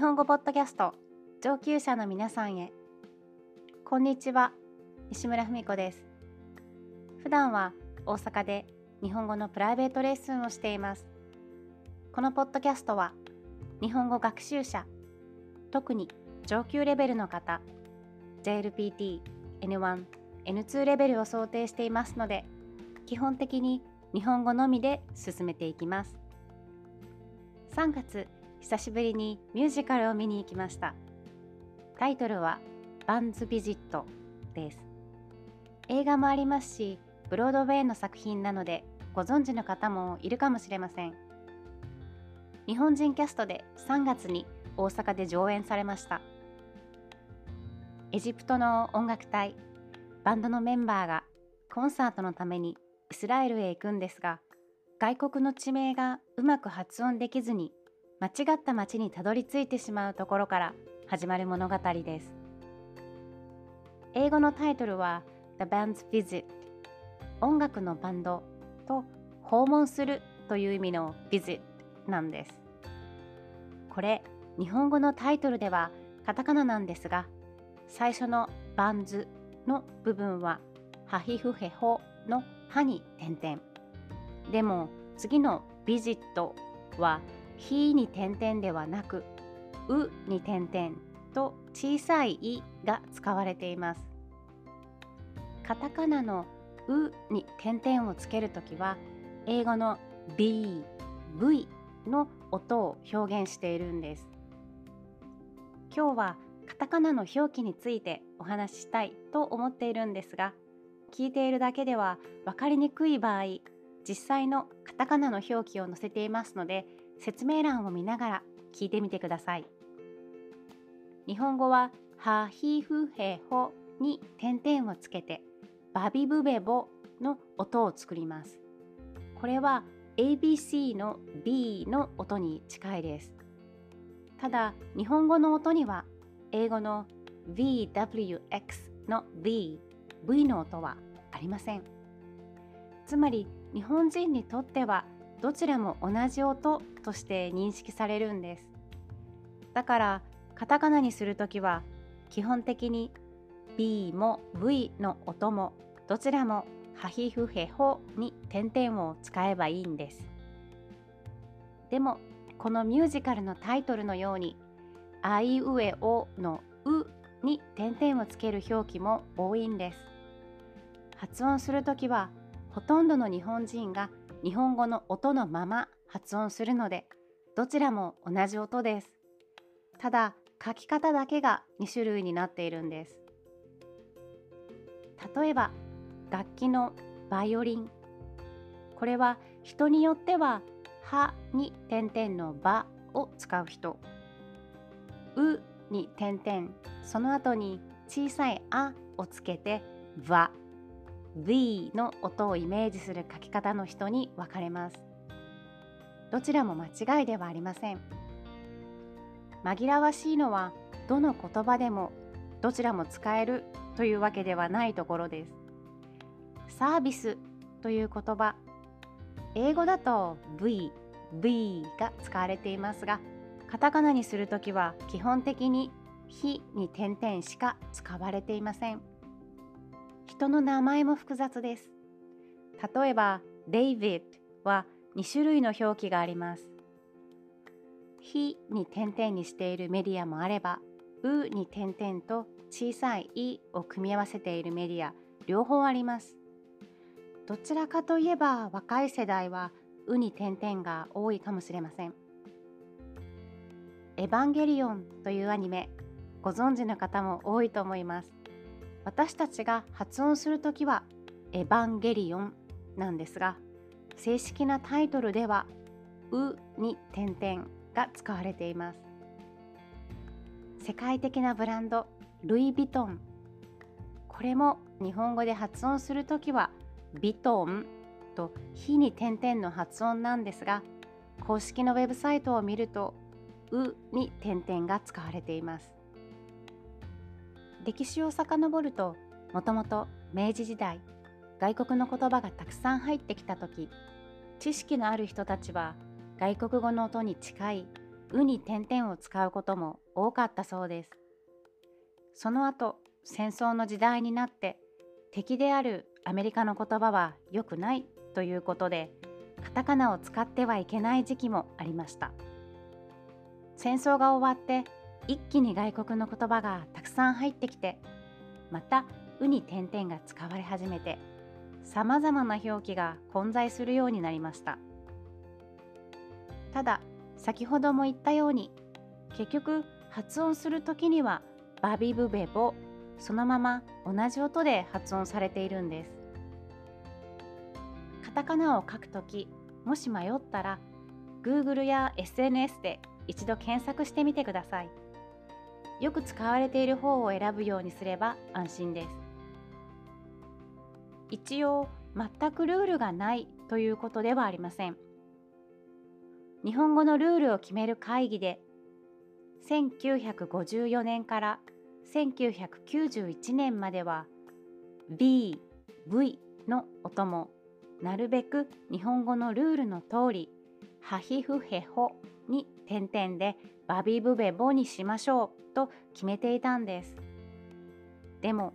本語ポッドキャスト上級者の皆さんへ。こんにちは、西村文子です。普段は大阪で日本語のプライベートレッスンをしています。このポッドキャストは日本語学習者、特に上級レベルの方、JLPT、N1、N2 レベルを想定していますので、基本的に日本語のみで進めていきます。3月、久しぶりにミュージカルを見に行きました。タイトルはバンズ・ビジットです。映画もありますし、ブロードウェイの作品なのでご存知の方もいるかもしれません。日本人キャストで3月に大阪で上演されました。エジプトの音楽隊、バンドのメンバーがコンサートのためにイスラエルへ行くんですが、外国の地名がうまく発音できずに間違った町にたどり着いてしまうところから始まる物語です。英語のタイトルは The Band's Visit、 音楽のバンドと訪問するという意味の Visit なんです。これ日本語のタイトルではカタカナなんですが、最初のバンズの部分はハヒフヘホのハに点々でも、次のビジットはひに点々ではなくうに点々と小さいいが使われています。カタカナのうに点々をつけるときは英語の B、V の音を表現しているんです。今日はカタカナの表記についてお話ししたいと思っているんですが、聞いているだけでは分かりにくい場合、実際のカタカナの表記を載せていますので、説明欄を見ながら聞いてみてください。日本語はハヒフヘホに点々をつけてバビブベボの音を作ります。これは ABC の B の音に近いです。ただ日本語の音には英語の VWX の V の音はありません。つまり日本人にとってはどちらも同じ音として認識されるんです。だからカタカナにするときは基本的に B も V の音もどちらもハヒフヘホに点々を使えばいいんです。でもこのミュージカルのタイトルのようにあいうえおのうに点々をつける表記も多いんです。発音するときはほとんどの日本人が日本語の音のまま発音するので、どちらも同じ音です。ただ書き方だけが2種類になっているんです。例えば楽器のバイオリン、これは人によってははに点々のばを使う人、うに点々、その後に小さいあをつけてわ、V の音をイメージする書き方の人に分かれます。どちらも間違いではありません。紛らわしいのはどの言葉でもどちらも使えるというわけではないところです。サービスという言葉、英語だと V が使われていますが、カタカナにするときは基本的にひに点々しか使われていません。人の名前も複雑です。例えばデイビッドは2種類の表記があります。ひに点々にしているメディアもあれば、うに点々と小さいいを組み合わせているメディア、両方あります。どちらかといえば若い世代はうに点々が多いかもしれません。エヴァンゲリオンというアニメ、ご存知の方も多いと思います。私たちが発音するときはエヴァンゲリオンなんですが、正式なタイトルではうに点々が使われています。世界的なブランドルイ・ヴィトン、これも日本語で発音するときはヴィトンとひに点々の発音なんですが、公式のウェブサイトを見るとうに点々が使われています。歴史を遡ると、もともと明治時代、外国の言葉がたくさん入ってきたとき、知識のある人たちは外国語の音に近いうに点々を使うことも多かったそうです。その後、戦争の時代になって敵であるアメリカの言葉は良くないということで、カタカナを使ってはいけない時期もありました。戦争が終わって一気に外国の言葉がたくさん入ってきて、またうに点々が使われ始めて、さまざまな表記が混在するようになりました。ただ、先ほども言ったように、結局発音するときにはバビブベボ、そのまま同じ音で発音されているんです。カタカナを書くとき、もし迷ったら Google や SNS で一度検索してみてください。よく使われている方を選ぶようにすれば安心です。一応全くルールがないということではありません。日本語のルールを決める会議で1954年から1991年までは B、V の音もなるべく日本語のルールの通りハヒフヘホに点々でバビブベボにしましょうと決めていたんです。でも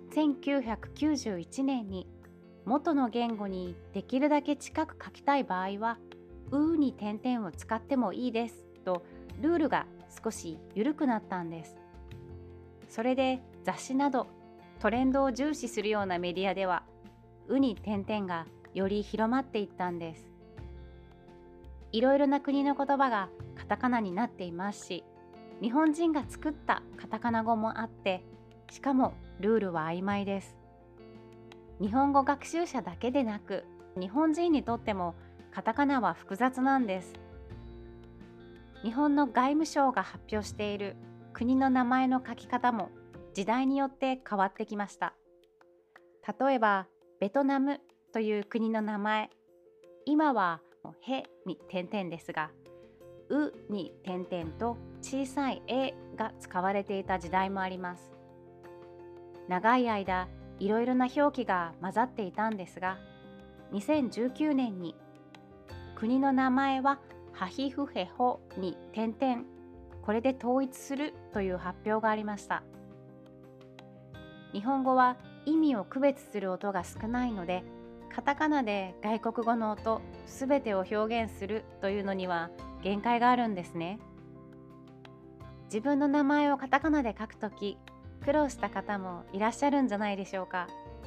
1991年に元の言語にできるだけ近く書きたい場合はうに点々を使ってもいいですとルールが少し緩くなったんです。それで雑誌などトレンドを重視するようなメディアではうに点々がより広まっていったんです。いろいろな国の言葉がカタカナになっていますし、日本人が作ったカタカナ語もあって、しかもルールは曖昧です。日本語学習者だけでなく、日本人にとってもカタカナは複雑なんです。日本の外務省が発表している国の名前の書き方も時代によって変わってきました。例えば、ベトナムという国の名前、今はへに点々ですが、うに点々と小さいえが使われていた時代もあります。長い間、いろいろな表記が混ざっていたんですが、2019年に国の名前はハヒフヘホに点々、これで統一するという発表がありました。日本語は意味を区別する音が少ないので、カタカナで外国語の音すべてを表現するというのには限界があるんですね。自分の名前をカタカナで書くとき、苦労した方もいらっしゃるんじゃないでしょうか。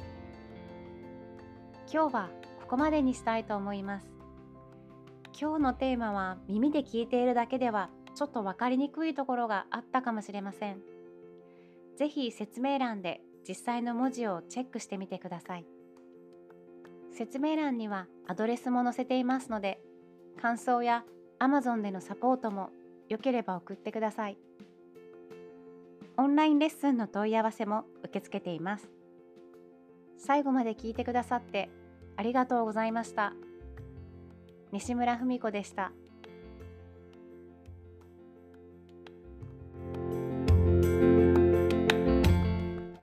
今日はここまでにしたいと思います。今日のテーマは耳で聞いているだけではちょっと分かりにくいところがあったかもしれません。ぜひ説明欄で実際の文字をチェックしてみてください。説明欄にはアドレスも載せていますので、感想や Amazon でのサポートもよければ送ってください。オンラインレッスンの問い合わせも受け付けています。最後まで聞いてくださってありがとうございました。西村文子でした。